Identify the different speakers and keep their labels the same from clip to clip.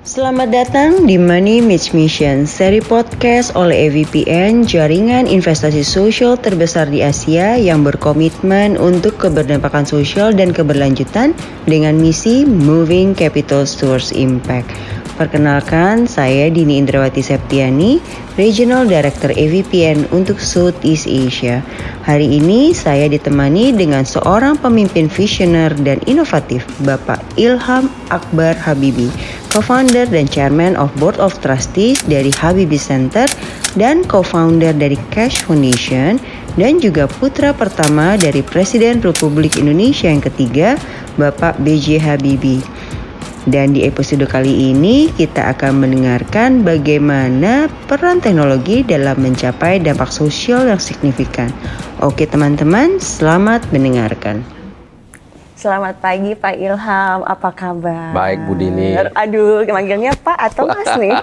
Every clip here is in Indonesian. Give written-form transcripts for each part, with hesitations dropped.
Speaker 1: Selamat datang di Money Meets Mission, seri podcast oleh EVPN, jaringan investasi sosial terbesar di Asia yang berkomitmen untuk keberdampakan sosial dan keberlanjutan dengan misi Moving Capital Towards Impact. Perkenalkan, saya Dini Indrawati Septiani, Regional Director EVPN untuk Southeast Asia. Hari ini saya ditemani dengan seorang pemimpin visioner dan inovatif, Bapak Ilham Akbar Habibie, co-founder dan chairman of Board of Trustees dari Habibie Center dan co-founder dari Cash Foundation, dan juga putra pertama dari Presiden Republik Indonesia yang ketiga, Bapak B.J. Habibie. Dan di episode kali ini kita akan mendengarkan bagaimana peran teknologi dalam mencapai dampak sosial yang signifikan. Oke teman-teman, selamat mendengarkan. Selamat pagi Pak Ilham, apa kabar?
Speaker 2: Baik Bu Dini.
Speaker 1: Aduh, manggilnya Pak atau Mas nih?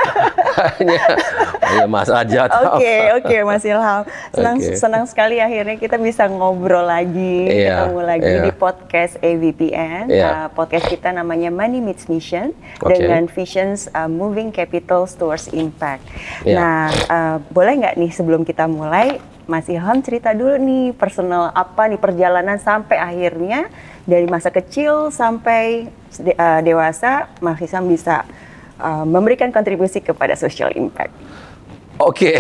Speaker 2: Ya Mas aja.
Speaker 1: Oke, Mas Ilham. Senang sekali akhirnya kita bisa ngobrol lagi, ketemu lagi di podcast EVPN. Podcast kita namanya Money Meets Mission dengan visions Moving Capital Towards Impact. Nah, boleh nggak nih sebelum kita mulai, Mas Ilham cerita dulu nih personal apa nih perjalanan sampai akhirnya dari masa kecil sampai dewasa Mas Ilham bisa memberikan kontribusi kepada social impact.
Speaker 2: Oke.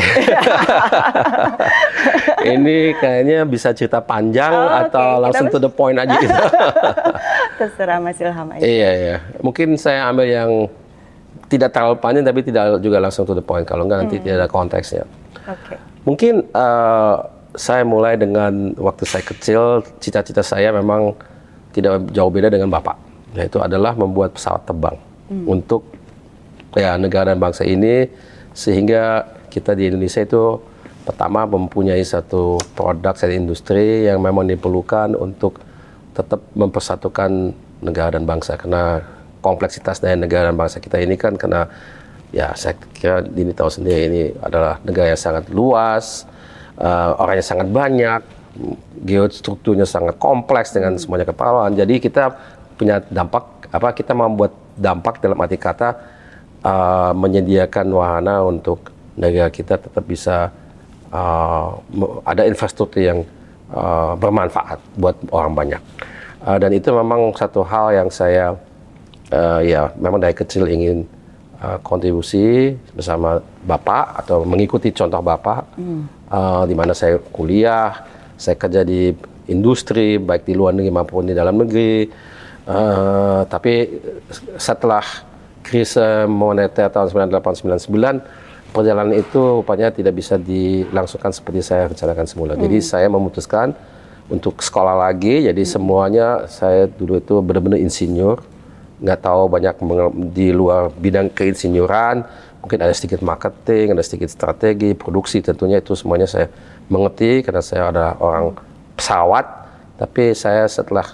Speaker 2: Ini kayaknya bisa cerita panjang atau langsung to the point aja gitu.
Speaker 1: Terserah Mas Ilham aja.
Speaker 2: Iya. Mungkin saya ambil yang tidak terlalu panjang tapi tidak juga langsung to the point. Kalau enggak nanti tidak ada konteksnya.
Speaker 1: Oke.
Speaker 2: Mungkin saya mulai dengan waktu saya kecil, cita-cita saya memang tidak jauh beda dengan Bapak. Yaitu adalah membuat pesawat terbang untuk negara dan bangsa ini, sehingga kita di Indonesia itu pertama mempunyai satu produk, satu industri yang memang diperlukan untuk tetap mempersatukan negara dan bangsa. Karena kompleksitas dari negara dan bangsa kita ini kan karena saya kira Dini tahu sendiri ini adalah negara yang sangat luas, orangnya sangat banyak, geostrukturnya sangat kompleks dengan semuanya kepalaan. Jadi kita punya dampak, kita membuat dampak dalam arti kata menyediakan wahana untuk negara kita tetap bisa ada infrastruktur yang bermanfaat buat orang banyak. Dan itu memang satu hal yang saya memang dari kecil ingin kontribusi bersama Bapak atau mengikuti contoh Bapak, di mana saya kuliah, saya kerja di industri baik di luar negeri maupun di dalam negeri. Tapi setelah krisis moneter tahun 98-99, perjalanan itu rupanya tidak bisa dilangsungkan seperti saya rencanakan semula. Jadi saya memutuskan untuk sekolah lagi. Jadi semuanya saya dulu itu benar-benar insinyur. Nggak tahu banyak di luar bidang keinsinyuran, mungkin ada sedikit marketing, ada sedikit strategi, produksi, tentunya itu semuanya saya mengerti karena saya ada orang pesawat. Tapi saya setelah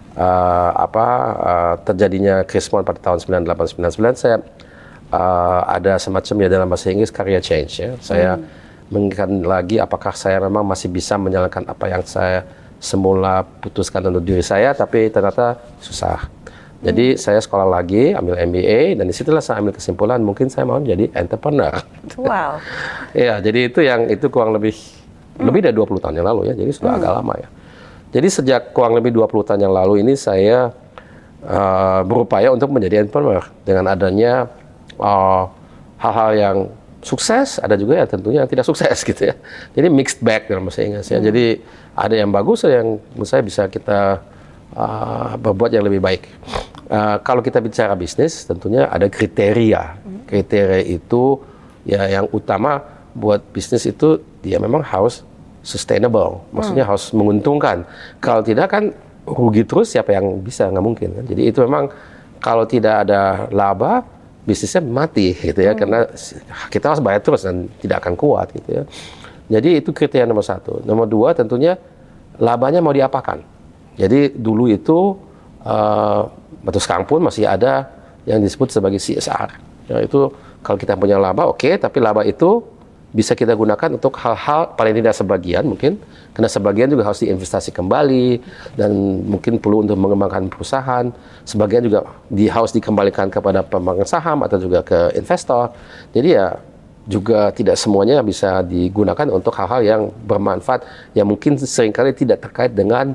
Speaker 2: terjadinya krisis pada tahun 98-99, saya ada semacam dalam bahasa Inggris career change ya. Saya mengingatkan lagi apakah saya memang masih bisa menjalankan apa yang saya semula putuskan untuk diri saya, tapi ternyata susah. Jadi saya sekolah lagi, ambil MBA, dan disitulah saya ambil kesimpulan mungkin saya mau jadi entrepreneur.
Speaker 1: Wow.
Speaker 2: Ya, jadi itu kurang lebih dari 20 tahun yang lalu ya, jadi sudah agak lama ya. Jadi sejak kurang lebih 20 tahun yang lalu ini saya berupaya untuk menjadi entrepreneur dengan adanya hal-hal yang sukses, ada juga ya tentunya yang tidak sukses gitu ya. Jadi mixed bag dalam bahasa Inggris ya. Jadi ada yang bagus, ada yang menurut saya bisa kita berbuat yang lebih baik. Kalau kita bicara bisnis, tentunya ada kriteria. Kriteria itu yang utama buat bisnis itu dia memang harus sustainable, maksudnya harus menguntungkan. Kalau tidak kan rugi terus, siapa yang bisa, nggak mungkin kan. Jadi itu memang kalau tidak ada laba, bisnisnya mati gitu ya, karena kita harus bayar terus dan tidak akan kuat gitu ya. Jadi itu kriteria nomor satu. Nomor dua tentunya labanya mau diapakan. Jadi dulu itu atau sekarang pun masih ada yang disebut sebagai CSR. Ya, itu kalau kita punya laba, oke, tapi laba itu bisa kita gunakan untuk hal-hal paling tidak sebagian mungkin, karena sebagian juga harus diinvestasi kembali dan mungkin perlu untuk mengembangkan perusahaan, sebagian juga harus dikembalikan kepada pemegang saham atau juga ke investor. Jadi ya juga tidak semuanya bisa digunakan untuk hal-hal yang bermanfaat yang mungkin seringkali tidak terkait dengan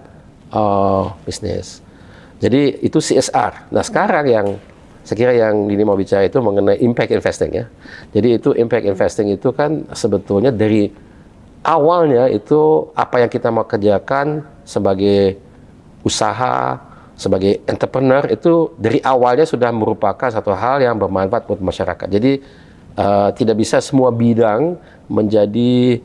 Speaker 2: bisnis. Jadi itu CSR. Nah sekarang yang saya kira yang ini mau bicara itu mengenai impact investing ya. Jadi itu impact investing itu kan sebetulnya dari awalnya itu apa yang kita mau kerjakan sebagai usaha, sebagai entrepreneur itu dari awalnya sudah merupakan satu hal yang bermanfaat buat masyarakat. Jadi tidak bisa semua bidang menjadi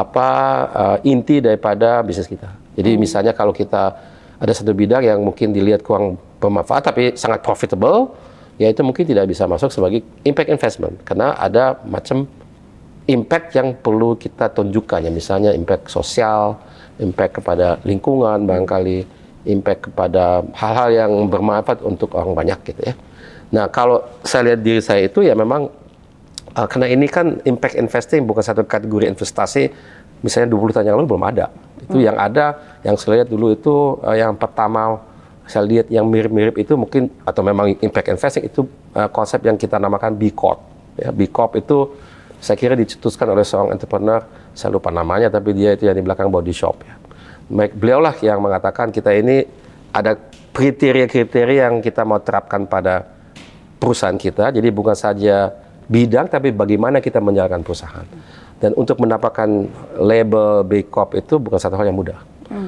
Speaker 2: inti daripada bisnis kita. Jadi misalnya kalau kita ada satu bidang yang mungkin dilihat kurang bermanfaat tapi sangat profitable, ya itu mungkin tidak bisa masuk sebagai impact investment karena ada macam impact yang perlu kita tunjukkan ya, misalnya impact sosial, impact kepada lingkungan barangkali, impact kepada hal-hal yang bermanfaat untuk orang banyak gitu ya. Nah kalau saya lihat diri saya itu ya memang karena ini kan impact investing bukan satu kategori investasi, misalnya 20 tahun yang lalu belum ada. Itu yang ada, yang saya lihat dulu itu yang pertama saya lihat yang mirip-mirip itu mungkin atau memang impact investing itu konsep yang kita namakan B Corp. Ya, B Corp itu saya kira dicetuskan oleh seorang entrepreneur, saya lupa namanya tapi dia itu yang di belakang Body Shop. Ya. Beliau lah yang mengatakan kita ini ada kriteria-kriteria yang kita mau terapkan pada perusahaan kita. Jadi bukan saja bidang tapi bagaimana kita menjalankan perusahaan. Dan untuk mendapatkan label B Corp itu bukan satu hal yang mudah.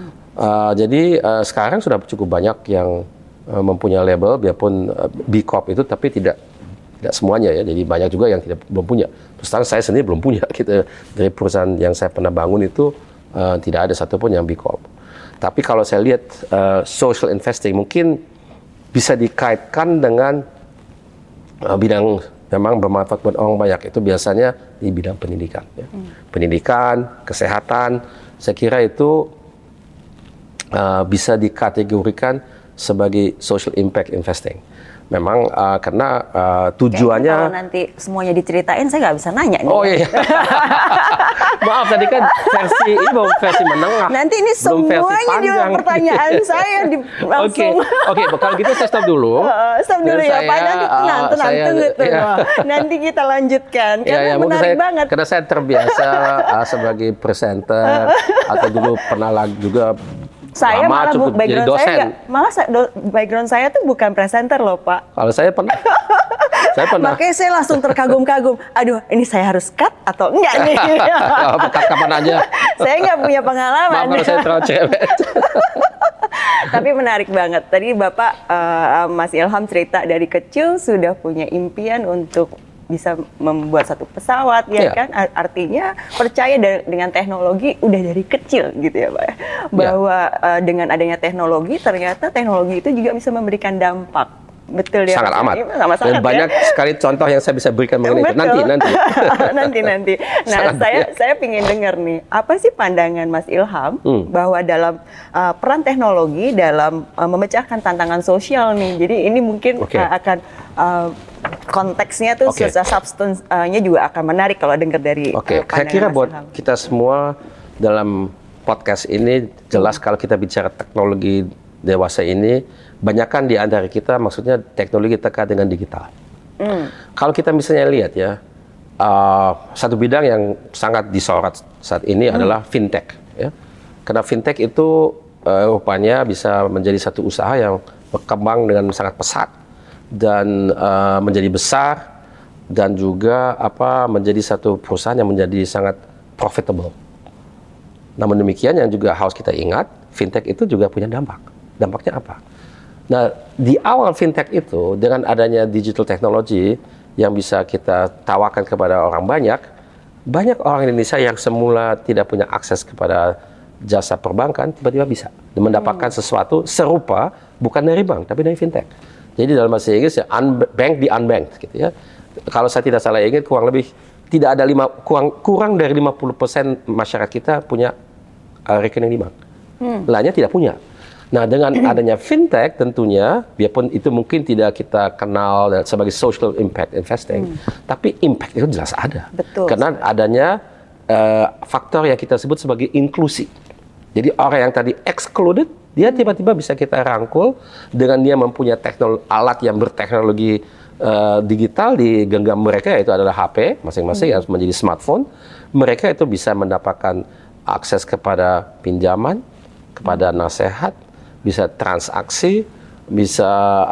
Speaker 2: Jadi sekarang sudah cukup banyak yang mempunyai label biarpun B Corp itu tapi tidak semuanya ya. Jadi banyak juga yang belum punya. Terus terang saya sendiri belum punya gitu. Dari perusahaan yang saya pernah bangun itu tidak ada satupun yang B Corp. Tapi kalau saya lihat social investing mungkin bisa dikaitkan dengan bidang memang bermanfaat buat orang banyak. Itu biasanya di bidang pendidikan ya. Pendidikan, kesehatan, saya kira itu bisa dikategorikan sebagai social impact investing. Memang karena tujuannya...
Speaker 3: Kalau nanti semuanya diceritain, saya nggak bisa nanya nih.
Speaker 2: Oh iya. Maaf, tadi kan versi ini belum versi menengah.
Speaker 3: Nanti ini semuanya di pertanyaan saya langsung.
Speaker 2: Oke, kalau gitu saya stop dulu.
Speaker 3: Stop dulu ya Pak, nanti tenang, tunggu. Nanti kita lanjutkan, karena menarik banget.
Speaker 2: Karena saya terbiasa sebagai presenter, atau dulu pernah juga
Speaker 3: saya malah background saya tuh bukan presenter loh Pak.
Speaker 2: Kalau saya pernah.
Speaker 3: Makanya saya langsung terkagum-kagum. Aduh, ini saya harus cut atau enggak nih?
Speaker 2: Cut kapan aja.
Speaker 3: Saya nggak punya pengalaman.
Speaker 2: Maaf kalau saya terlalu cewek.
Speaker 3: Tapi menarik banget. Tadi Bapak Mas Ilham cerita dari kecil sudah punya impian untuk bisa membuat satu pesawat ya kan, artinya percaya dengan teknologi udah dari kecil gitu ya Pak, bahwa dengan adanya teknologi ternyata teknologi itu juga bisa memberikan dampak. Betul ya.
Speaker 2: Sangat amat. Dan banyak sekali contoh yang saya bisa berikan mengenai itu.
Speaker 3: Nanti. Nah, saya ingin dengar nih, apa sih pandangan Mas Ilham bahwa dalam peran teknologi dalam memecahkan tantangan sosial nih. Jadi ini mungkin akan konteksnya tuh substance-nya juga akan menarik kalau dengar dari pandangan
Speaker 2: saya kira
Speaker 3: Mas
Speaker 2: buat
Speaker 3: Ilham.
Speaker 2: kita semua dalam podcast ini jelas kalau kita bicara teknologi dewasa ini, banyakkan di antara kita maksudnya teknologi terkait dengan digital. Kalau kita misalnya lihat ya, satu bidang yang sangat disorot saat ini adalah fintech. Ya. Karena fintech itu rupanya bisa menjadi satu usaha yang berkembang dengan sangat pesat dan menjadi besar dan juga menjadi satu perusahaan yang menjadi sangat profitable. Namun demikian yang juga harus kita ingat, fintech itu juga punya dampak. Dampaknya apa? Nah, di awal fintech itu dengan adanya digital technology yang bisa kita tawarkan kepada orang banyak orang Indonesia yang semula tidak punya akses kepada jasa perbankan tiba-tiba bisa mendapatkan sesuatu serupa bukan dari bank tapi dari fintech. Jadi dalam bahasa Inggris ya unbank di unbanked gitu ya. Kalau saya tidak salah ingat kurang lebih tidak ada kurang dari 50% masyarakat kita punya rekening di bank. Lainnya tidak punya. Nah, dengan adanya fintech tentunya, biarpun itu mungkin tidak kita kenal sebagai social impact investing, tapi impact itu jelas ada.
Speaker 3: Betul.
Speaker 2: Karena adanya faktor yang kita sebut sebagai inklusi. Jadi orang yang tadi excluded, dia tiba-tiba bisa kita rangkul dengan dia mempunyai alat yang berteknologi digital di genggam mereka, yaitu adalah HP masing-masing yang menjadi smartphone. Mereka itu bisa mendapatkan akses kepada pinjaman, kepada nasihat, bisa transaksi, bisa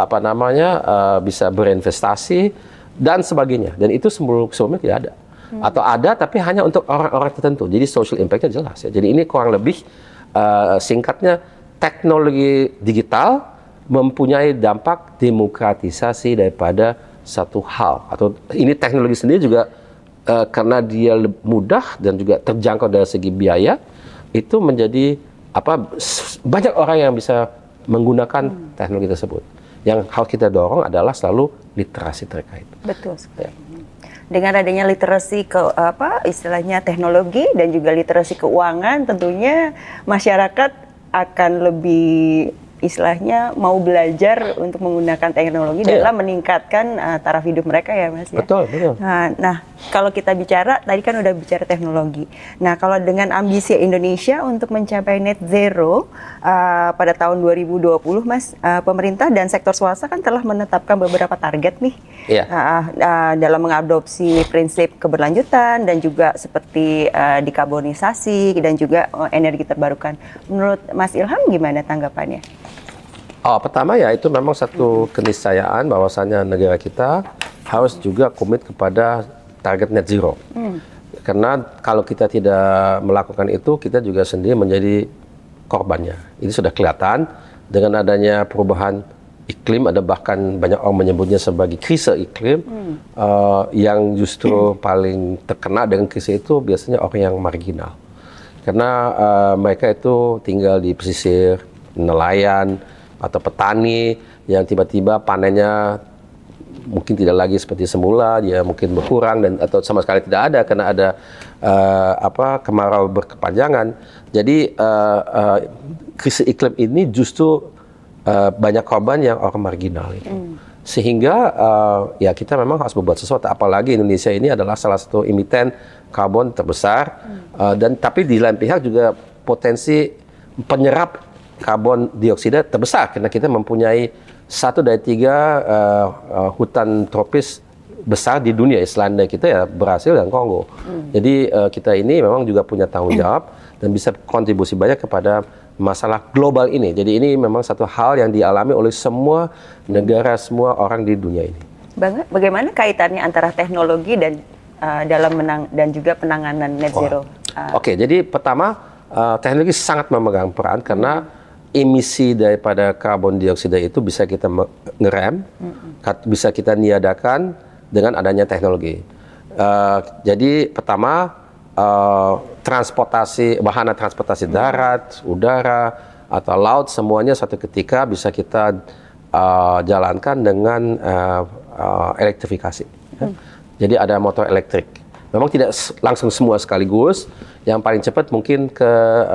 Speaker 2: bisa berinvestasi dan sebagainya. Dan itu sebelumnya tidak ada. Atau ada tapi hanya untuk orang-orang tertentu. Jadi social impact-nya jelas ya. Jadi ini kurang lebih singkatnya, teknologi digital mempunyai dampak demokratisasi daripada satu hal. Atau ini teknologi sendiri juga karena dia mudah dan juga terjangkau dari segi biaya, itu menjadi banyak orang yang bisa menggunakan teknologi tersebut. Yang harus kita dorong adalah selalu literasi terkait.
Speaker 3: Betul sekali. Ya. Dengan adanya literasi istilahnya teknologi dan juga literasi keuangan, tentunya masyarakat akan lebih istilahnya mau belajar untuk menggunakan teknologi dalam meningkatkan taraf hidup mereka ya Mas ya.
Speaker 2: Betul.
Speaker 3: Nah, kalau kita bicara tadi kan udah bicara teknologi. Nah, kalau dengan ambisi Indonesia untuk mencapai net zero pada tahun 2020 Mas, pemerintah dan sektor swasta kan telah menetapkan beberapa target nih.
Speaker 2: Iya.
Speaker 3: Dalam mengadopsi prinsip keberlanjutan dan juga seperti dekarbonisasi dan juga energi terbarukan. Menurut Mas Ilham gimana tanggapannya?
Speaker 2: Pertama ya itu memang satu keniscayaan bahwasannya negara kita harus juga komit kepada target net zero. Karena kalau kita tidak melakukan itu, kita juga sendiri menjadi korbannya. Ini sudah kelihatan dengan adanya perubahan iklim, ada bahkan banyak orang menyebutnya sebagai krisis iklim, yang justru paling terkena dengan krisis itu biasanya orang yang marginal. Karena mereka itu tinggal di pesisir, nelayan, atau petani yang tiba-tiba panennya mungkin tidak lagi seperti semula, dia mungkin berkurang atau sama sekali tidak ada karena ada kemarau berkepanjangan. Jadi krisis iklim ini justru banyak korban yang orang marginal itu. Sehingga ya kita memang harus berbuat sesuatu. Apalagi Indonesia ini adalah salah satu emiten karbon terbesar, dan tapi di lain pihak juga potensi penyerap karbon dioksida terbesar karena kita mempunyai 1 dari 3 hutan tropis besar di dunia. Selain dari kita ya Brasil dan Kongo. Jadi kita ini memang juga punya tanggung jawab dan bisa kontribusi banyak kepada masalah global ini. Jadi ini memang satu hal yang dialami oleh semua negara, semua orang di dunia ini.
Speaker 3: Bagaimana kaitannya antara teknologi dan dan juga penanganan net zero?
Speaker 2: Oke, jadi pertama teknologi sangat memegang peran karena emisi daripada karbon dioksida itu bisa kita ngerem, bisa kita niadakan dengan adanya teknologi. Jadi pertama bahana transportasi darat, udara atau laut semuanya suatu ketika bisa kita jalankan dengan elektrifikasi. Jadi ada motor elektrik. Memang tidak langsung semua sekaligus. Yang paling cepat mungkin ke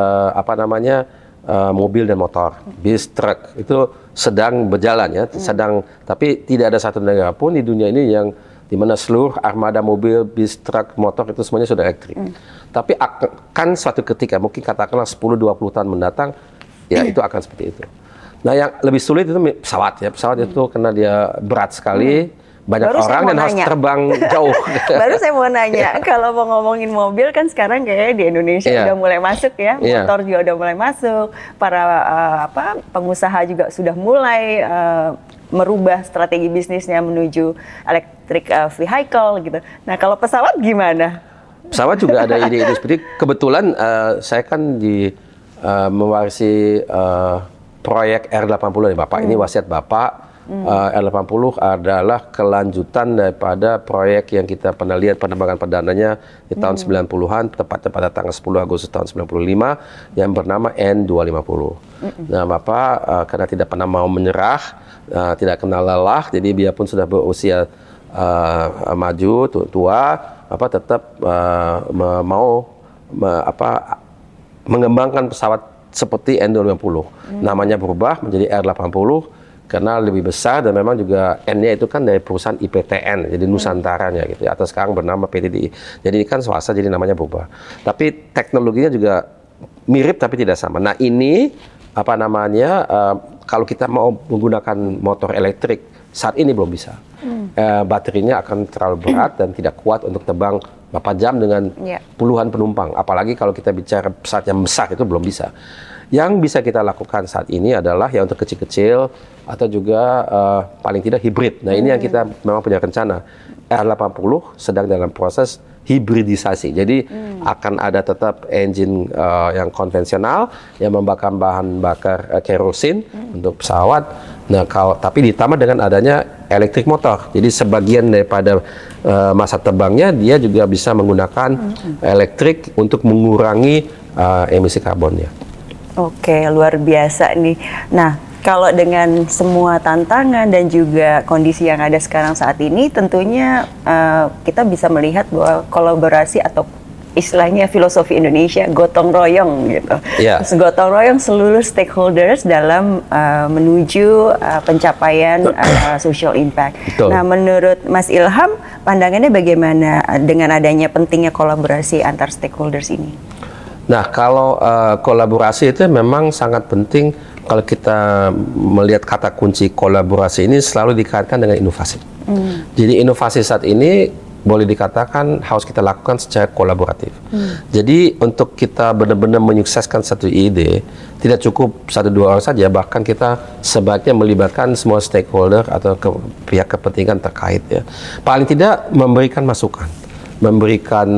Speaker 2: mobil dan motor, bis, truk itu sedang berjalan ya, tapi tidak ada satu negara pun di dunia ini yang dimana seluruh armada mobil, bis, truk, motor itu semuanya sudah elektrik. Tapi akan suatu ketika, mungkin katakanlah 10-20 tahun mendatang, ya itu akan seperti itu. Nah yang lebih sulit itu pesawat ya, pesawat itu karena dia berat sekali. Banyak orang dan harus terbang jauh.
Speaker 3: Baru saya mau nanya, kalau mau ngomongin mobil kan sekarang kayaknya di Indonesia udah mulai masuk ya, motor juga udah mulai masuk, para pengusaha juga sudah mulai merubah strategi bisnisnya menuju electric vehicle gitu. Nah kalau pesawat gimana?
Speaker 2: Pesawat juga ada ide-ide seperti kebetulan saya kan mewarisi proyek R80 dari Bapak, ini wasiat Bapak. R80 adalah kelanjutan daripada proyek yang kita pernah lihat penerbangan perdananya di tahun 90-an, tepatnya pada tanggal 10 Agustus tahun 95, yang bernama N250. Nah, Bapak karena tidak pernah mau menyerah, tidak kenal lelah, jadi biarpun sudah berusia maju, tua, Bapak tetap mau mengembangkan pesawat seperti N250. Namanya berubah menjadi R80 karena lebih besar dan memang juga N-nya itu kan dari perusahaan IPTN, jadi Nusantaranya gitu ya, atau sekarang bernama PTDI. Jadi ini kan swasta, jadi namanya berubah. Tapi teknologinya juga mirip tapi tidak sama. Nah ini apa namanya, kalau kita mau menggunakan motor elektrik, saat ini belum bisa. Baterinya akan terlalu berat dan tidak kuat untuk terbang berapa jam dengan puluhan penumpang. Apalagi kalau kita bicara pesawat yang besar, itu belum bisa. Yang bisa kita lakukan saat ini adalah ya untuk kecil-kecil atau juga paling tidak hibrid. Nah ini yang kita memang punya rencana. R80 sedang dalam proses hibridisasi. Jadi akan ada tetap engine yang konvensional yang membakar bahan bakar kerosin untuk pesawat. Nah tapi ditambah dengan adanya elektrik motor. Jadi sebagian daripada masa terbangnya dia juga bisa menggunakan elektrik untuk mengurangi emisi karbonnya.
Speaker 3: Oke, luar biasa nih. Nah, kalau dengan semua tantangan dan juga kondisi yang ada sekarang saat ini, tentunya kita bisa melihat bahwa kolaborasi atau istilahnya filosofi Indonesia gotong royong gitu. Gotong royong seluruh stakeholders dalam menuju pencapaian social impact. Betul. Nah, menurut Mas Ilham, pandangannya bagaimana dengan adanya pentingnya kolaborasi antar stakeholders ini?
Speaker 2: Nah, kalau kolaborasi itu memang sangat penting. Kalau kita melihat kata kunci kolaborasi ini selalu dikaitkan dengan inovasi. Jadi inovasi saat ini boleh dikatakan harus kita lakukan secara kolaboratif. Jadi untuk kita benar-benar menyukseskan satu ide, tidak cukup 1-2 orang saja, bahkan kita sebaiknya melibatkan semua stakeholder atau pihak kepentingan terkait ya. Paling tidak memberikan masukan, memberikan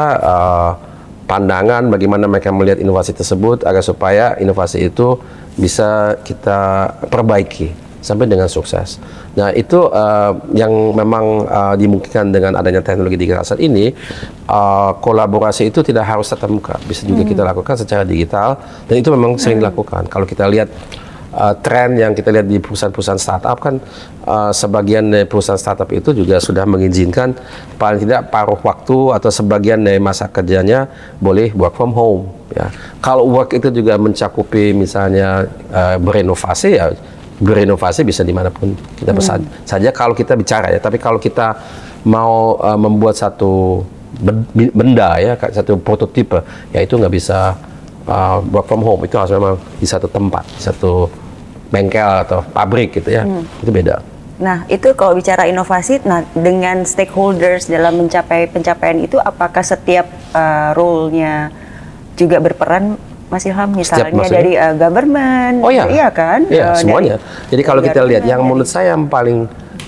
Speaker 2: pandangan bagaimana mereka melihat inovasi tersebut agar supaya inovasi itu bisa kita perbaiki sampai dengan sukses. Nah itu yang memang dimungkinkan dengan adanya teknologi digital saat ini. Kolaborasi itu tidak harus tatap muka, bisa juga kita lakukan secara digital dan itu memang sering dilakukan. Kalau kita lihat tren yang kita lihat di perusahaan-perusahaan startup kan sebagian dari perusahaan startup itu juga sudah mengizinkan paling tidak paruh waktu atau sebagian dari masa kerjanya boleh work from home ya. Kalau work itu juga mencakupi misalnya berinovasi ya, berinovasi bisa dimanapun kita pesan saja kalau kita bicara ya. Tapi kalau kita mau membuat satu benda ya, satu prototipe ya, itu nggak bisa work from home, itu harus memang di satu tempat, di satu bengkel atau pabrik gitu ya, itu beda.
Speaker 3: Nah itu kalau bicara inovasi, nah dengan stakeholders dalam mencapai pencapaian itu, apakah setiap role-nya juga berperan, Mas Ilham? Misalnya dari government, iya kan?
Speaker 2: Iya, semuanya. Jadi kalau kita lihat, yang menurut saya yang paling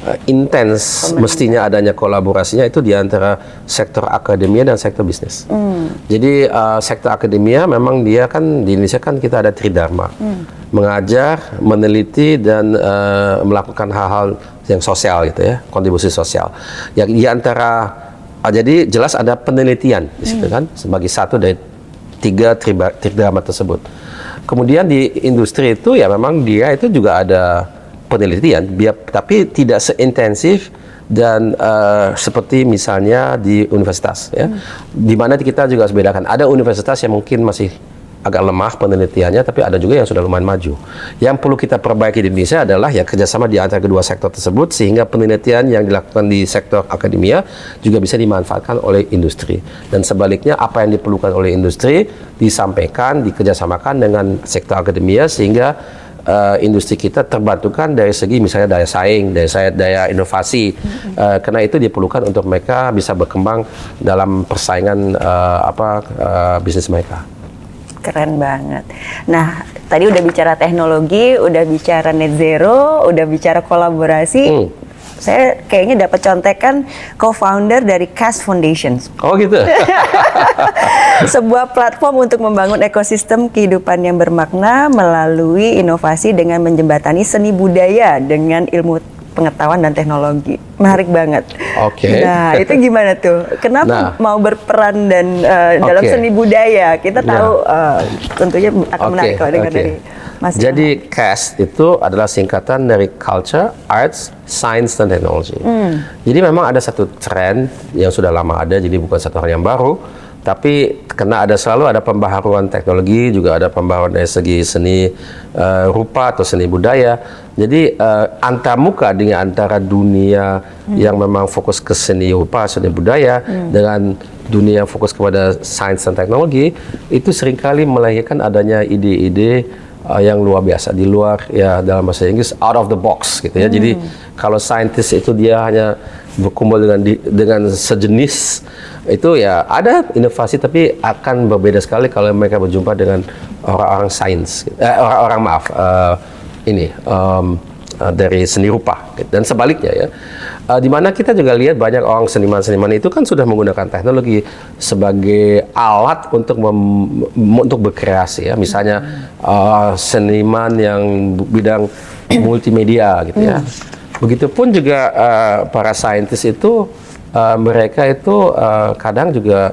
Speaker 2: intens mestinya adanya kolaborasinya itu di antara sektor akademia dan sektor bisnis. Jadi sektor akademia memang dia kan di Indonesia kan kita ada tridharma, mengajar, meneliti dan melakukan hal-hal yang sosial gitu ya, kontribusi sosial. Yang di antara jadi jelas ada penelitian di situ kan sebagai satu dari 3 tridharma tersebut. Kemudian di industri itu ya memang dia itu juga ada penelitian, tapi tidak seintensif dan seperti misalnya di universitas ya, di mana kita juga harus bedakan. Ada universitas yang mungkin masih agak lemah penelitiannya, tapi ada juga yang sudah lumayan maju. Yang perlu kita perbaiki di Indonesia adalah ya kerjasama di antara kedua sektor tersebut, sehingga penelitian yang dilakukan di sektor akademia juga bisa dimanfaatkan oleh industri, dan sebaliknya apa yang diperlukan oleh industri disampaikan, dikerjasamakan dengan sektor akademia, sehingga industri kita terbantukan dari segi misalnya daya saing, daya inovasi, karena itu diperlukan untuk mereka bisa berkembang dalam persaingan bisnis mereka.
Speaker 3: Keren banget. Nah, tadi udah bicara teknologi, udah bicara net zero, udah bicara kolaborasi. Saya kayaknya dapat contekan co-founder dari Cast Foundation.
Speaker 2: Oh gitu.
Speaker 3: Sebuah platform untuk membangun ekosistem kehidupan yang bermakna melalui inovasi dengan menjembatani seni budaya dengan ilmu pengetahuan dan teknologi. Menarik banget.
Speaker 2: Oke.
Speaker 3: Nah, itu gimana tuh? Kenapa mau berperan dan dalam seni budaya? Kita tahu tentunya akan menarik kalau dengar dari Mas.
Speaker 2: Jadi CAST itu adalah singkatan dari Culture, Arts, Science, dan Technology. Jadi memang ada satu tren yang sudah lama ada, jadi bukan satu hal yang baru. Tapi karena selalu ada pembaharuan teknologi, juga ada pembaharuan dari segi seni rupa atau seni budaya. Jadi antamuka dengan antara dunia yang memang fokus ke seni rupa, seni budaya, dengan dunia yang fokus kepada sains dan teknologi, itu seringkali melahirkan adanya ide-ide yang luar biasa, di luar, ya dalam bahasa Inggris out of the box gitu ya. Jadi kalau saintis itu dia hanya berkumpul dengan sejenis, itu ya ada inovasi, tapi akan berbeda sekali kalau mereka berjumpa dengan orang-orang sains, dari seni rupa, dan sebaliknya ya. Di mana kita juga lihat banyak orang seniman-seniman itu kan sudah menggunakan teknologi sebagai alat untuk berkreasi ya. Misalnya seniman yang bidang multimedia gitu ya. Begitupun juga para saintis itu mereka itu kadang juga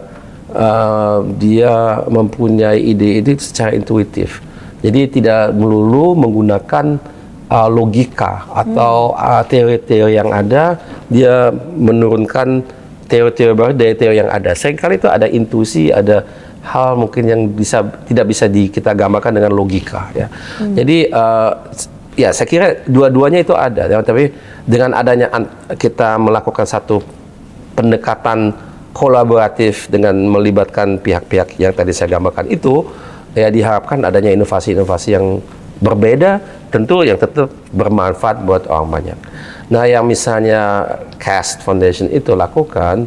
Speaker 2: dia mempunyai ide-ide secara intuitif. Jadi tidak melulu menggunakan logika atau teori-teori yang ada, dia menurunkan teori-teori baru dari teori yang ada. Seringkali itu ada intuisi, ada hal mungkin yang tidak bisa kita gambarkan dengan logika ya. Jadi ya saya kira dua-duanya itu ada ya, tapi dengan adanya kita melakukan satu pendekatan kolaboratif dengan melibatkan pihak-pihak yang tadi saya gambarkan itu, ya diharapkan adanya inovasi-inovasi yang berbeda, tentu yang tetap bermanfaat buat orang banyak. Nah, yang misalnya CAST Foundation itu lakukan,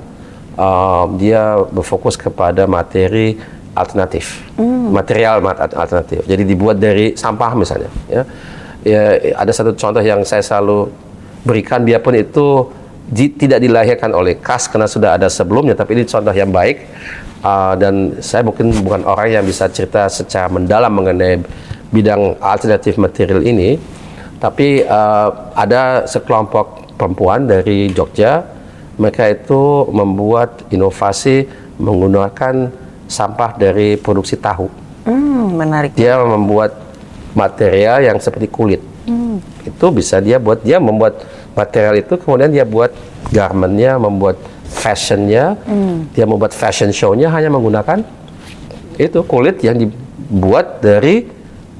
Speaker 2: dia berfokus kepada materi alternatif, material alternatif. Jadi dibuat dari sampah misalnya. Ya, ada satu contoh yang saya selalu berikan, biarpun itu tidak dilahirkan oleh CAST karena sudah ada sebelumnya, tapi ini contoh yang baik. Dan saya mungkin bukan orang yang bisa cerita secara mendalam mengenai bidang alternatif material ini, tapi ada sekelompok perempuan dari Jogja, mereka itu membuat inovasi menggunakan sampah dari produksi tahu.
Speaker 3: Menarik.
Speaker 2: Dia membuat material yang seperti kulit. Itu bisa dia membuat material itu, kemudian dia buat garmentnya, membuat fashionnya, dia membuat fashion show-nya hanya menggunakan itu kulit yang dibuat dari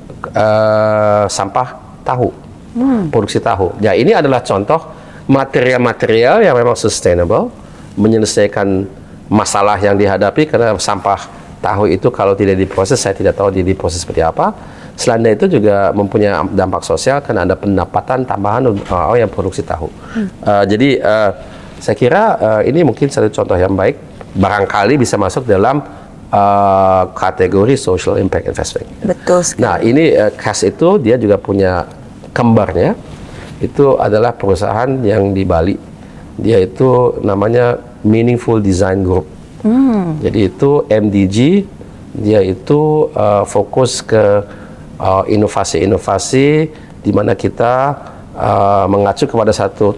Speaker 2: sampah tahu, produksi tahu. Ya, ini adalah contoh material-material yang memang sustainable, menyelesaikan masalah yang dihadapi, karena sampah tahu itu kalau tidak diproses, saya tidak tahu diproses seperti apa. Selain itu juga mempunyai dampak sosial karena ada pendapatan tambahan orang yang produksi tahu. Jadi saya kira ini mungkin satu contoh yang baik, barangkali bisa masuk dalam kategori social impact investing.
Speaker 3: Betul sekali.
Speaker 2: Nah, ini CAST itu dia juga punya kembarnya, itu adalah perusahaan yang di Bali. Dia itu namanya Meaningful Design Group. Jadi itu MDG, dia itu fokus ke inovasi-inovasi di mana kita mengacu kepada satu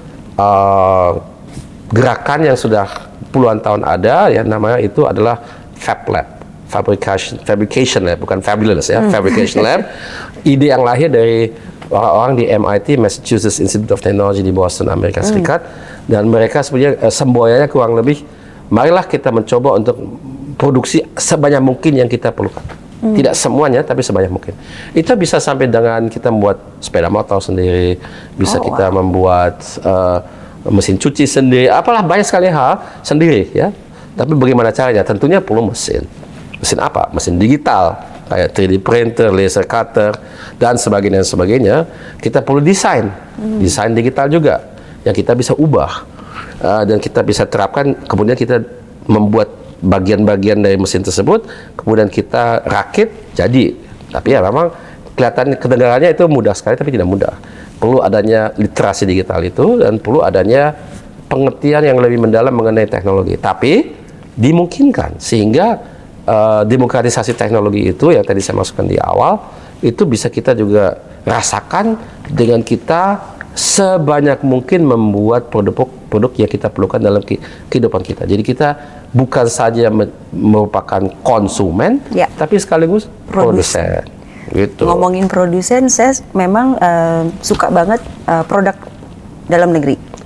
Speaker 2: gerakan yang sudah puluhan tahun ada, yang namanya itu adalah Fab Lab, fabrication lab, bukan fabulous ya, fabrication lab. Ide yang lahir dari orang-orang di MIT, Massachusetts Institute of Technology di Boston, Amerika Serikat, dan mereka sebenarnya semboyannya kurang lebih, marilah kita mencoba untuk produksi sebanyak mungkin yang kita perlukan. Tidak semuanya, tapi sebanyak mungkin. Itu bisa sampai dengan kita membuat sepeda motor sendiri, bisa kita membuat mesin cuci sendiri, apalah banyak sekali hal sendiri ya. Tapi bagaimana caranya? Tentunya perlu mesin. Mesin apa? Mesin digital, kayak 3D printer, laser cutter, dan sebagainya. Kita perlu desain digital juga, yang kita bisa ubah dan kita bisa terapkan. Kemudian kita membuat bagian-bagian dari mesin tersebut, kemudian kita rakit jadi. Tapi ya memang kelihatan kedengarannya itu mudah sekali, tapi tidak mudah. Perlu adanya literasi digital itu, dan perlu adanya pengertian yang lebih mendalam mengenai teknologi. Tapi dimungkinkan, sehingga demokratisasi teknologi itu yang tadi saya masukkan di awal, itu bisa kita juga rasakan dengan kita sebanyak mungkin membuat produk yang kita perlukan dalam kehidupan kita. Jadi kita bukan saja merupakan konsumen, tapi sekaligus produsen. Gitu.
Speaker 3: Ngomongin produsen, saya memang suka banget produk dalam negeri.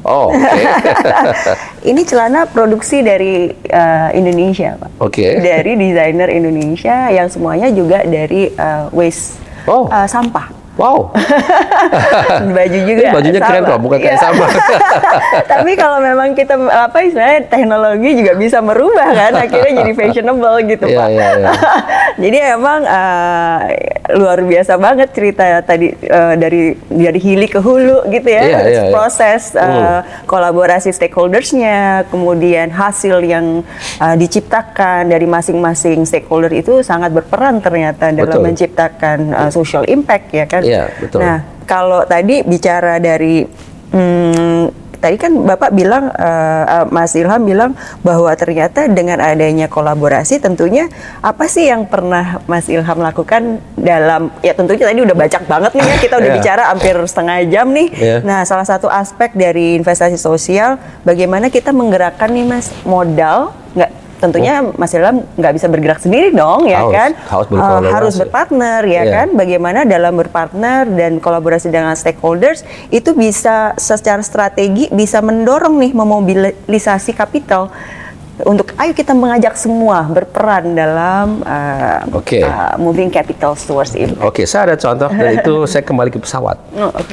Speaker 2: Oh, oke.
Speaker 3: Ini celana produksi dari Indonesia, Pak.
Speaker 2: Oke.
Speaker 3: Dari desainer Indonesia yang semuanya juga dari waste sampah.
Speaker 2: Wow.
Speaker 3: Baju juga.
Speaker 2: Bajunya keren kok, bukan kayak sama.
Speaker 3: Tapi kalau memang kita istilahnya teknologi juga bisa merubah kan, akhirnya jadi fashionable gitu, Pak.
Speaker 2: Iya.
Speaker 3: Jadi emang luar biasa banget cerita tadi dari hili ke hulu gitu ya. Proses kolaborasi stakeholders-nya, kemudian hasil yang diciptakan dari masing-masing stakeholder itu sangat berperan ternyata dalam menciptakan social impact ya kan.
Speaker 2: Iya, betul.
Speaker 3: Nah, kalau tadi bicara dari tadi kan Bapak bilang, Mas Ilham bilang bahwa ternyata dengan adanya kolaborasi tentunya apa sih yang pernah Mas Ilham lakukan dalam, ya tentunya tadi udah banyak banget nih ya, kita udah bicara hampir setengah jam nih. Nah, salah satu aspek dari investasi sosial, bagaimana kita menggerakkan nih Mas modal, tentunya Mas Ilham nggak bisa bergerak sendiri dong, ya kan? Harus berpartner, ya kan? Bagaimana dalam berpartner dan kolaborasi dengan stakeholders itu bisa secara strategi bisa mendorong nih memobilisasi kapital untuk ayo kita mengajak semua berperan dalam moving capital towards it.
Speaker 2: Oke, saya ada contoh dan itu saya kembali ke pesawat.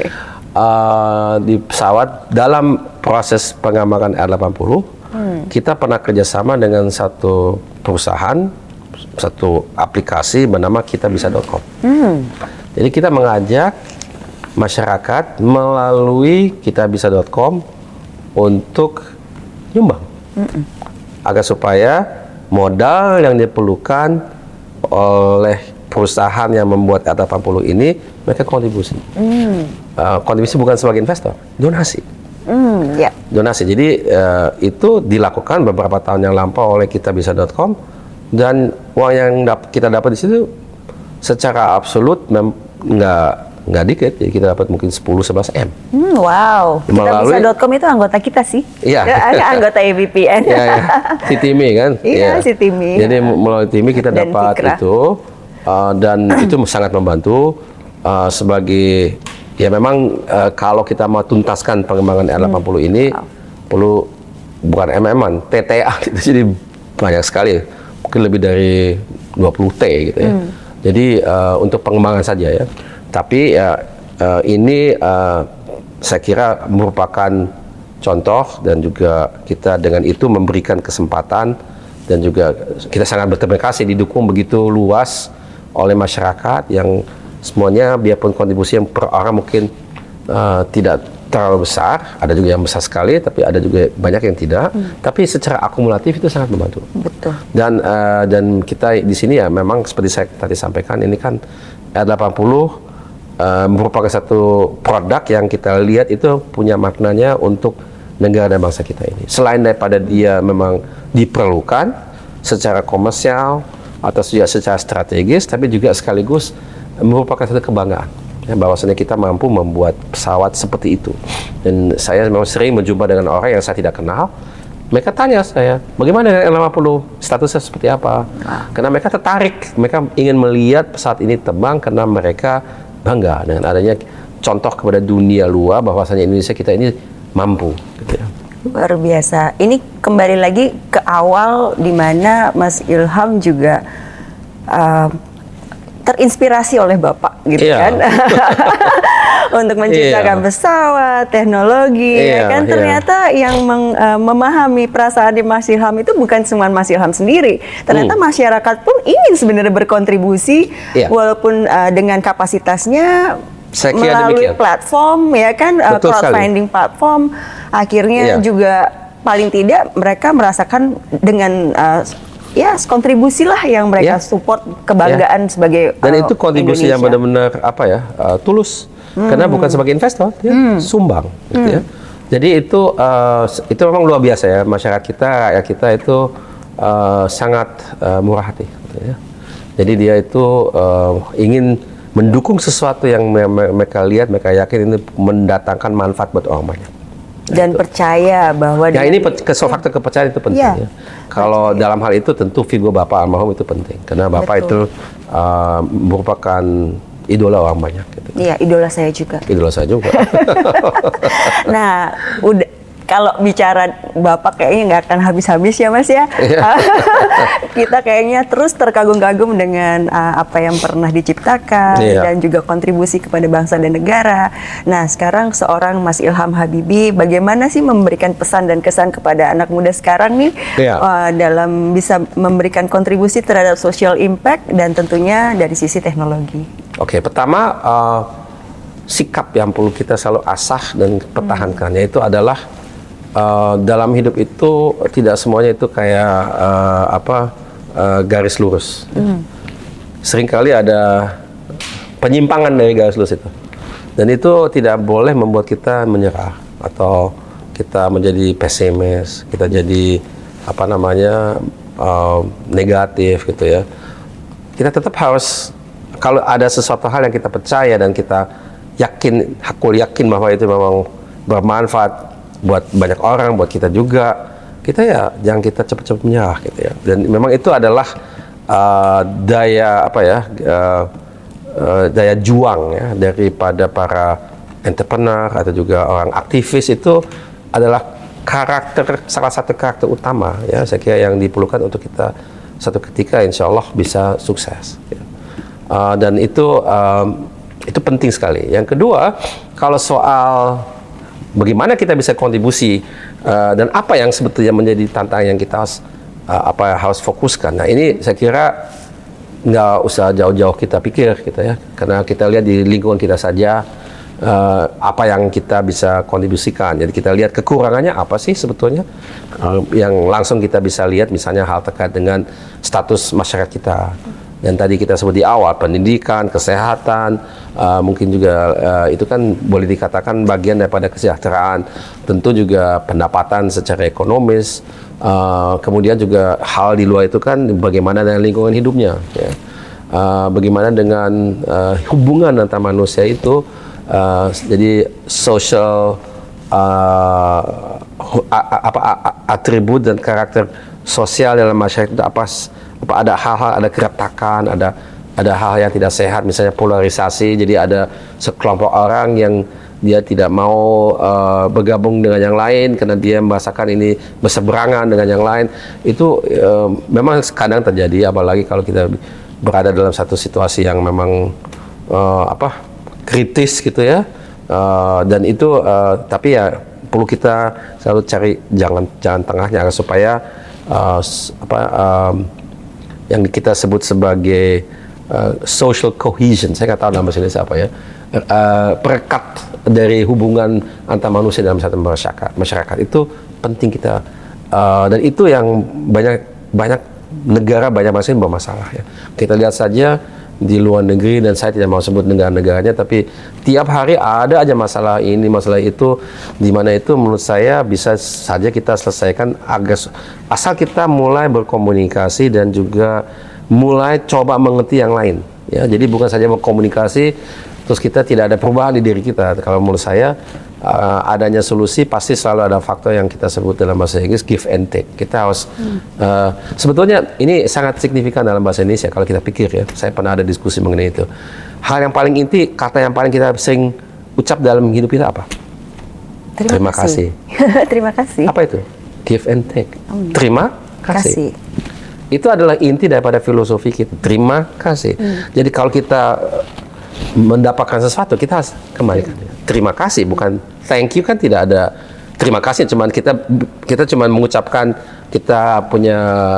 Speaker 2: Di pesawat dalam proses pengembangan R80. Kita pernah kerjasama dengan satu perusahaan, satu aplikasi bernama kitabisa.com. Jadi kita mengajak masyarakat melalui kitabisa.com untuk nyumbang, agar supaya modal yang diperlukan oleh perusahaan yang membuat R80 ini mereka kontribusi. Kontribusi bukan sebagai investor, donasi. Donasi. Jadi itu dilakukan beberapa tahun yang lampau oleh kitabisa.com dan uang yang kita dapat di situ secara absolut nggak dikit. Jadi kita dapat mungkin 10-11 M.
Speaker 3: Wow. Kitabisa.com itu anggota kita sih.
Speaker 2: Iya.
Speaker 3: Anggota EVPN.
Speaker 2: Si Timi kan.
Speaker 3: Iya, si Timi.
Speaker 2: Jadi melalui Timi kita dapat itu dan itu sangat membantu sebagai. Ya memang kalau kita mau tuntaskan pengembangan R80 ini perlu bukan MM-an, TTA gitu. Jadi banyak sekali, mungkin lebih dari 20 T gitu ya. Jadi untuk pengembangan saja ya. Tapi ini saya kira merupakan contoh dan juga kita dengan itu memberikan kesempatan dan juga kita sangat berterima kasih didukung begitu luas oleh masyarakat yang semuanya biarpun kontribusi yang per orang mungkin tidak terlalu besar, ada juga yang besar sekali, tapi ada juga banyak yang tidak. Tapi secara akumulatif itu sangat membantu.
Speaker 3: Betul.
Speaker 2: Dan kita di sini ya memang seperti saya tadi sampaikan, ini kan R80 merupakan satu produk yang kita lihat itu punya maknanya untuk negara dan bangsa kita ini. Selain daripada dia memang diperlukan secara komersial atau secara strategis, tapi juga sekaligus merupakan satu kebanggaan ya, bahwasanya kita mampu membuat pesawat seperti itu. Dan saya memang sering berjumpa dengan orang yang saya tidak kenal. Mereka tanya saya, bagaimana dengan R80, statusnya seperti apa? Karena mereka tertarik, mereka ingin melihat pesawat ini terbang karena mereka bangga dengan adanya contoh kepada dunia luar bahwasanya Indonesia kita ini mampu. Gitu ya.
Speaker 3: Luar biasa. Ini kembali lagi ke awal di mana Mas Ilham juga terinspirasi oleh Bapak gitu kan untuk menciptakan pesawat, teknologi ya kan. Ternyata yang memahami perasaan di Mas Ilham itu bukan cuma Mas Ilham sendiri. Ternyata masyarakat pun ingin sebenarnya berkontribusi walaupun dengan kapasitasnya melalui platform ya kan, crowdfunding platform akhirnya juga paling tidak mereka merasakan dengan kontribusi lah yang mereka support, kebanggaan sebagai
Speaker 2: dan itu kontribusi Indonesia yang benar-benar tulus karena bukan sebagai investor, sumbang gitu ya. Jadi itu memang luar biasa ya, masyarakat kita itu sangat murah hati gitu ya. Jadi dia itu ingin mendukung sesuatu yang mereka lihat, mereka yakin ini mendatangkan manfaat buat orang banyak.
Speaker 3: Dan percaya bahwa
Speaker 2: ini faktor kepercayaan itu penting ya. Kalau dalam hal itu tentu figur Bapak almarhum itu penting karena Bapak itu merupakan idola orang banyak gitu.
Speaker 3: Iya, idola saya juga.
Speaker 2: Idola saya juga.
Speaker 3: Nah, Kalau bicara Bapak kayaknya nggak akan habis-habis ya Mas ya. Kita kayaknya terus terkagum-kagum dengan apa yang pernah diciptakan dan juga kontribusi kepada bangsa dan negara. Nah sekarang seorang Mas Ilham Habibie, bagaimana sih memberikan pesan dan kesan kepada anak muda sekarang nih dalam bisa memberikan kontribusi terhadap social impact dan tentunya dari sisi teknologi?
Speaker 2: Oke, pertama sikap yang perlu kita selalu asah dan pertahankan, yaitu adalah dalam hidup itu tidak semuanya itu kayak garis lurus. Seringkali ada penyimpangan dari garis lurus itu, dan itu tidak boleh membuat kita menyerah atau kita menjadi pesimis, kita jadi negatif gitu ya. Kita tetap harus, kalau ada sesuatu hal yang kita percaya dan kita yakin bahwa itu memang bermanfaat buat banyak orang, buat kita juga, kita ya jangan kita cepat-cepat menyerah gitu ya. Dan memang itu adalah daya juang ya daripada para entrepreneur atau juga orang aktivis. Itu adalah salah satu karakter utama ya, saya kira yang diperlukan untuk kita satu ketika insya Allah bisa sukses ya. Dan itu penting sekali. Yang kedua, kalau soal bagaimana kita bisa kontribusi dan apa yang sebetulnya menjadi tantangan yang kita harus fokuskan. Nah ini saya kira nggak usah jauh-jauh kita pikir gitu ya, karena kita lihat di lingkungan kita saja apa yang kita bisa kontribusikan. Jadi kita lihat kekurangannya apa sih sebetulnya yang langsung kita bisa lihat, misalnya hal terkait dengan status masyarakat kita. Dan tadi kita sebut di awal, pendidikan, kesehatan, mungkin juga itu kan boleh dikatakan bagian daripada kesejahteraan. Tentu juga pendapatan secara ekonomis, kemudian juga hal di luar itu kan bagaimana dengan lingkungan hidupnya, ya. Bagaimana dengan hubungan antar manusia itu, jadi social atribut dan karakter sosial dalam masyarakat itu apa ada hal-hal, ada keretakan, ada hal yang tidak sehat, misalnya polarisasi. Jadi ada sekelompok orang yang dia tidak mau bergabung dengan yang lain karena dia merasakan ini berseberangan dengan yang lain. Itu memang kadang terjadi, apalagi kalau kita berada dalam satu situasi yang memang kritis gitu ya. Dan itu tapi ya perlu kita selalu cari jalan tengahnya supaya yang kita sebut sebagai social cohesion, saya nggak tahu nama bahasa Indonesia apa ya, perekat dari hubungan antar manusia dalam satu masyarakat itu penting kita, dan itu yang banyak negara, banyak bangsa yang bermasalah ya. Kita lihat saja di luar negeri, dan saya tidak mau sebut negara-negaranya, tapi tiap hari ada aja masalah ini, masalah itu, di mana itu menurut saya bisa saja kita selesaikan asal kita mulai berkomunikasi dan juga mulai coba mengerti yang lain ya. Jadi bukan saja berkomunikasi terus kita tidak ada perubahan di diri kita. Kalau menurut saya adanya solusi pasti selalu ada faktor yang kita sebut dalam bahasa Inggris give and take. Kita harus sebetulnya ini sangat signifikan dalam bahasa Indonesia kalau kita pikir ya. Saya pernah ada diskusi mengenai itu. Hal yang paling inti, kata yang paling kita sering ucap dalam hidup kita apa? Terima kasih.
Speaker 3: Terima kasih.
Speaker 2: Apa itu? Give and take. Terima kasih. Itu adalah inti daripada filosofi kita. Terima kasih. Jadi kalau kita mendapatkan sesuatu, kita harus kembalikan. Terima kasih, bukan thank you, kan tidak ada terima kasih. Cuman kita cuma mengucapkan kita punya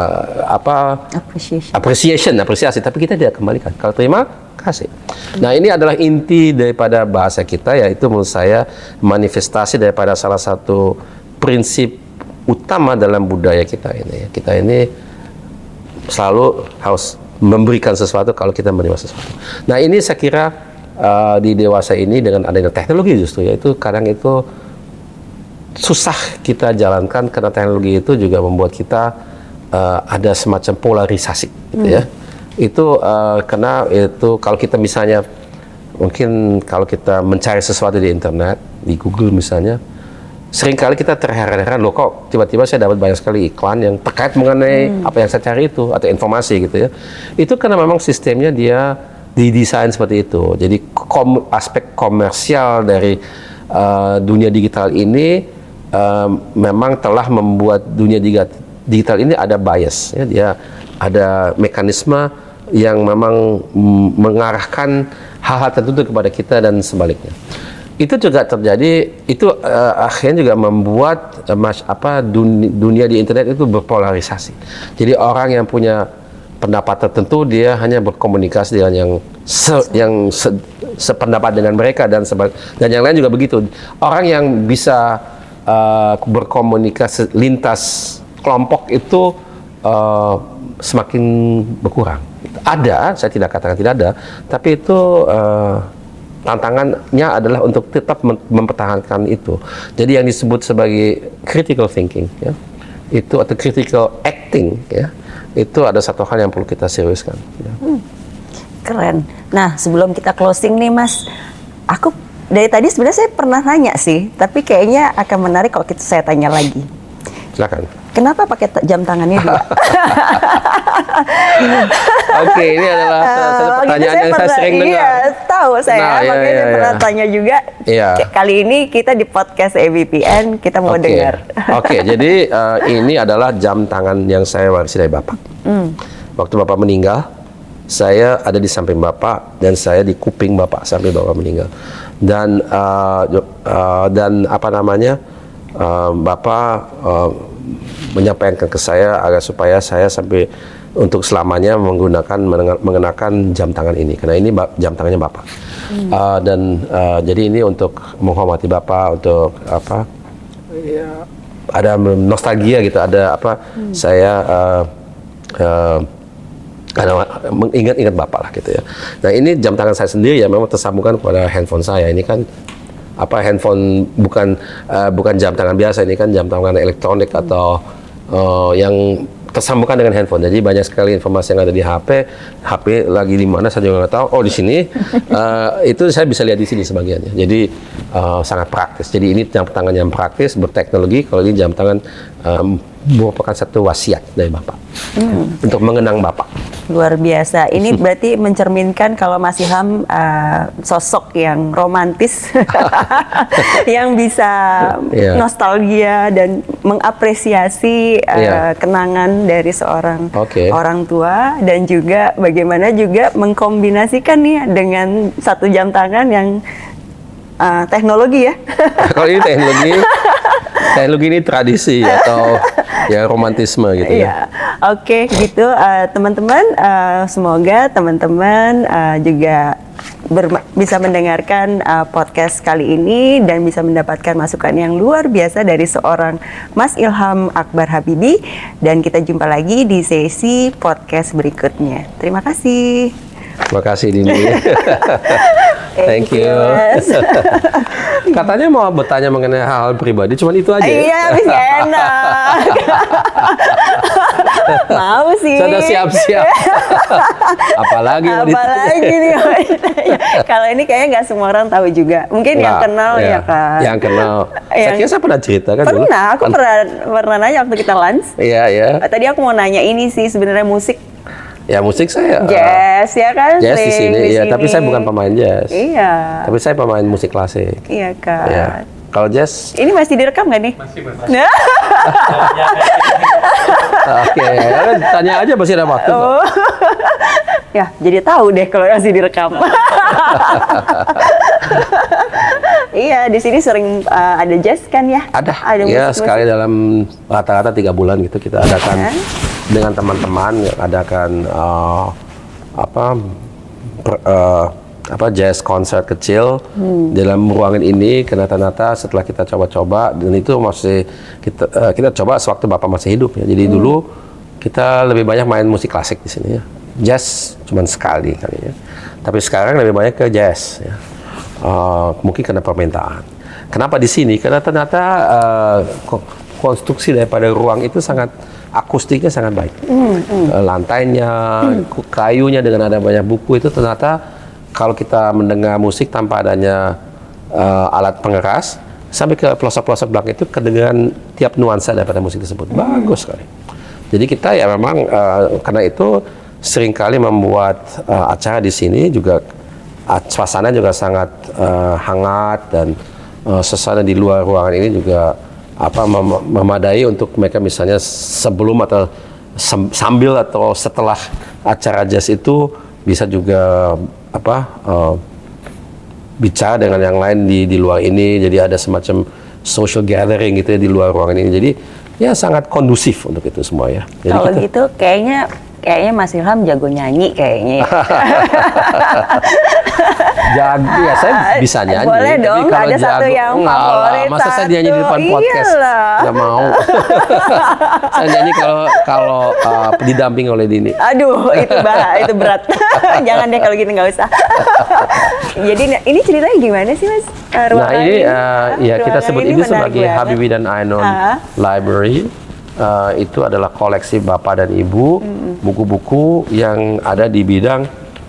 Speaker 2: apresiasi, tapi kita tidak kembalikan. Kalau terima kasih. Nah ini adalah inti daripada bahasa kita, yaitu menurut saya manifestasi daripada salah satu prinsip utama dalam budaya kita ini. Kita ini selalu harus memberikan sesuatu kalau kita menerima sesuatu. Nah ini saya kira di dewasa ini dengan adanya teknologi justru ya, itu kadang itu susah kita jalankan karena teknologi itu juga membuat kita ada semacam polarisasi gitu ya. Itu karena itu kalau kita misalnya mungkin kalau kita mencari sesuatu di internet, di Google misalnya, seringkali kita terheran-heran, loh kok tiba-tiba saya dapat banyak sekali iklan yang terkait mengenai apa yang saya cari itu, atau informasi gitu ya. Itu karena memang sistemnya dia didesain seperti itu. Jadi aspek komersial dari dunia digital ini memang telah membuat dunia digital ini ada bias, ya, dia ada mekanisme yang memang mengarahkan hal-hal tertentu kepada kita dan sebaliknya. Itu juga terjadi, itu akhirnya juga membuat dunia di internet itu berpolarisasi. Jadi orang yang punya pendapat tertentu dia hanya berkomunikasi dengan yang sependapat dengan mereka dan yang lain juga begitu. Orang yang bisa berkomunikasi lintas kelompok itu semakin berkurang. Ada, saya tidak katakan tidak ada, tapi itu tantangannya adalah untuk tetap mempertahankan itu. Jadi yang disebut sebagai critical thinking, ya, itu atau critical acting, ya, itu ada satu hal yang perlu kita seriuskan. Ya.
Speaker 3: Keren. Nah, sebelum kita closing nih, Mas, aku dari tadi sebenarnya saya pernah nanya sih, tapi kayaknya akan menarik kalau saya tanya lagi.
Speaker 2: Silakan.
Speaker 3: Kenapa pakai jam tangannya 2?
Speaker 2: Oke, ini adalah satu pertanyaan yang saya sering dengar.
Speaker 3: Iya, tahu saya. Makanya saya pernah tanya juga.
Speaker 2: Iya.
Speaker 3: Kali ini kita di podcast EVPN, kita mau dengar.
Speaker 2: Oke, jadi ini adalah jam tangan yang saya warisi dari Bapak. Waktu Bapak meninggal, saya ada di samping Bapak dan saya di kuping Bapak sampai Bapak meninggal. Dan apa namanya, Bapak menyampaikan ke saya agar supaya saya sampai untuk selamanya mengenakan jam tangan ini, karena ini jam tangannya Bapak. Jadi ini untuk menghormati Bapak, untuk apa? Ya, ada nostalgia gitu, ada apa? Saya karena mengingat Bapak lah gitu ya. Nah, ini jam tangan saya sendiri ya memang tersambungkan kepada handphone saya. Ini kan handphone bukan jam tangan biasa, ini kan jam tangan elektronik atau yang tersambungkan dengan handphone. Jadi banyak sekali informasi yang ada di HP lagi di mana saya juga nggak tahu. Oh, di sini itu saya bisa lihat di sini sebagiannya. Jadi sangat praktis. Jadi ini jam tangan yang praktis, berteknologi. Kalau ini jam tangan merupakan satu wasiat dari Bapak untuk mengenang Bapak.
Speaker 3: Luar biasa. Ini berarti mencerminkan kalau Mas Ilham sosok yang romantis, yang bisa nostalgia dan mengapresiasi kenangan dari seorang orang tua, dan juga bagaimana juga mengkombinasikan nih dengan satu jam tangan yang teknologi ya.
Speaker 2: Kalau ini teknologi ini tradisi atau ya romantisme gitu ya.
Speaker 3: Oke, gitu teman-teman, semoga teman-teman juga bisa mendengarkan podcast kali ini dan bisa mendapatkan masukan yang luar biasa dari seorang Mas Ilham Akbar Habibie, dan kita jumpa lagi di sesi podcast berikutnya. Terima kasih.
Speaker 2: Terima kasih Dini. Thank you. Katanya mau bertanya mengenai hal pribadi, cuman itu aja.
Speaker 3: Iya, bisa enak. Mau sih.
Speaker 2: Sudah siap-siap. Apalagi
Speaker 3: nih. Kalau ini kayaknya nggak semua orang tahu juga. Mungkin yang kenal ya kan.
Speaker 2: Yang kenal. Saya kira saya pernah cerita kan dulu.
Speaker 3: Aku pernah nanya waktu kita lunch.
Speaker 2: Iya.
Speaker 3: Tadi aku mau nanya ini sih, sebenarnya musik.
Speaker 2: Ya musik saya
Speaker 3: jazz ya kan,
Speaker 2: jazz di sini. Iya, tapi saya bukan pemain jazz.
Speaker 3: Iya.
Speaker 2: Tapi saya pemain musik klasik.
Speaker 3: Iya kan.
Speaker 2: Ya. Kalau jazz
Speaker 3: ini masih direkam nggak nih?
Speaker 4: Masih.
Speaker 2: Oke, tanya aja masih ada waktu.
Speaker 3: Ya, jadi tahu deh kalau masih direkam. Iya, di sini sering ada jazz kan ya?
Speaker 2: Ada ya, sekali dalam rata-rata 3 bulan gitu kita adakan dengan teman-teman, adakan jazz konser kecil dalam ruangan ini. Karena ternyata setelah kita coba-coba, dan itu masih kita coba sewaktu Bapak masih hidup ya. Jadi dulu kita lebih banyak main musik klasik di sini ya. Jazz cuma sekali kali ya. Tapi sekarang lebih banyak ke jazz ya. Mungkin karena permintaan. Kenapa di sini? Karena ternyata konstruksi daripada ruang itu akustiknya sangat baik. Lantainya, kayunya dengan ada banyak buku itu ternyata kalau kita mendengar musik tanpa adanya alat pengeras, sampai ke pelosok-pelosok belakang itu kedengaran tiap nuansa daripada musik tersebut. Bagus sekali. Jadi kita ya memang karena itu seringkali membuat acara di sini juga suasana juga sangat hangat, dan suasana di luar ruangan ini juga memadai untuk mereka misalnya sebelum atau sambil atau setelah acara jazz itu bisa juga bicara dengan yang lain di luar ini, jadi ada semacam social gathering gitu ya di luar ruangan ini, jadi ya sangat kondusif untuk itu semua ya. Jadi
Speaker 3: kalau gitu kayaknya Mas Ilham jago nyanyi kayaknya.
Speaker 2: Jago ya, saya bisa nyanyi.
Speaker 3: Boleh dong,
Speaker 2: kalau
Speaker 3: ada satu yang favorit.
Speaker 2: Masa saya nyanyi di depan podcast? Nggak mau. Saya nyanyi kalau didamping oleh Dini.
Speaker 3: Aduh, itu berat. Jangan deh kalau gitu, nggak usah. Jadi ini ceritanya gimana sih Mas?
Speaker 2: Nah ini ya kita sebut ini sebagai Habibie dan Ainun Library. Itu adalah koleksi Bapak dan Ibu, buku-buku yang ada di bidang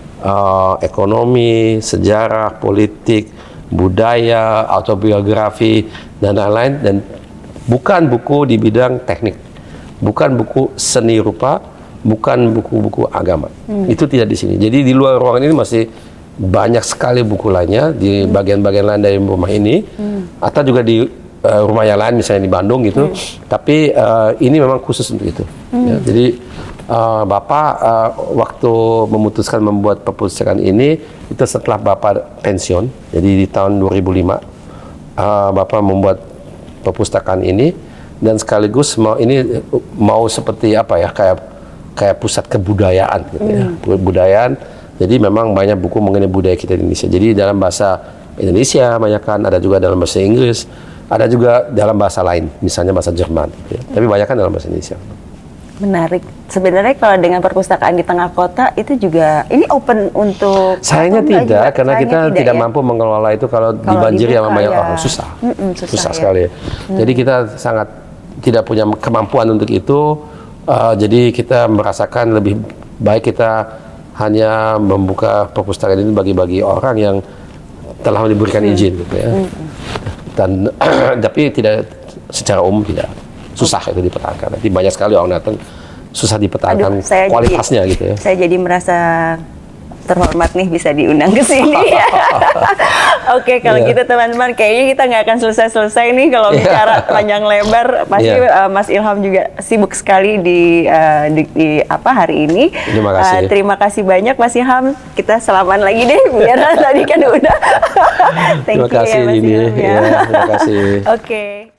Speaker 2: ekonomi, sejarah, politik, budaya, autobiografi, dan lain-lain, dan bukan buku di bidang teknik, bukan buku seni rupa, bukan buku-buku agama. Itu tidak di sini. Jadi di luar ruangan ini masih banyak sekali buku lainnya di bagian-bagian lain dari rumah ini, atau juga di rumah yang lain misalnya di Bandung gitu, tapi ini memang khusus untuk itu. Ya, jadi Bapak waktu memutuskan membuat perpustakaan ini itu setelah Bapak pensiun, jadi di tahun 2005 Bapak membuat perpustakaan ini, dan sekaligus mau seperti apa ya, kayak pusat kebudayaan gitu ya, kebudayaan. Jadi memang banyak buku mengenai budaya kita di Indonesia. Jadi dalam bahasa Indonesia banyak kan, ada juga dalam bahasa Inggris, ada juga dalam bahasa lain, misalnya bahasa Jerman, gitu ya. Tapi banyak kan dalam bahasa Indonesia.
Speaker 3: Menarik. Sebenarnya kalau dengan perpustakaan di tengah kota itu juga, ini open untuk...
Speaker 2: Sayangnya tidak, karena kita tidak mampu mengelola itu kalau dibanjiri sama banyak orang. Susah. Susah sekali. Jadi kita sangat tidak punya kemampuan untuk itu. Jadi kita merasakan lebih baik kita hanya membuka perpustakaan ini bagi orang yang telah diberikan izin, gitu ya. Dan tapi tidak secara umum tidak, susah itu dipertahankan. Nanti banyak sekali orang datang, susah dipertahankan kualitasnya gitu ya. Saya
Speaker 3: jadi merasa terhormat nih bisa diundang ke sini. Oke, kalau gitu teman-teman, kayaknya kita nggak akan selesai-selesai nih kalau bicara panjang lebar. Pasti Mas Ilham juga sibuk sekali di hari ini.
Speaker 2: Terima kasih.
Speaker 3: Terima kasih banyak Mas Ilham. Kita salaman lagi deh, biar tadi kan udah.
Speaker 2: Terima kasih, Dini. Terima kasih.
Speaker 3: Oke.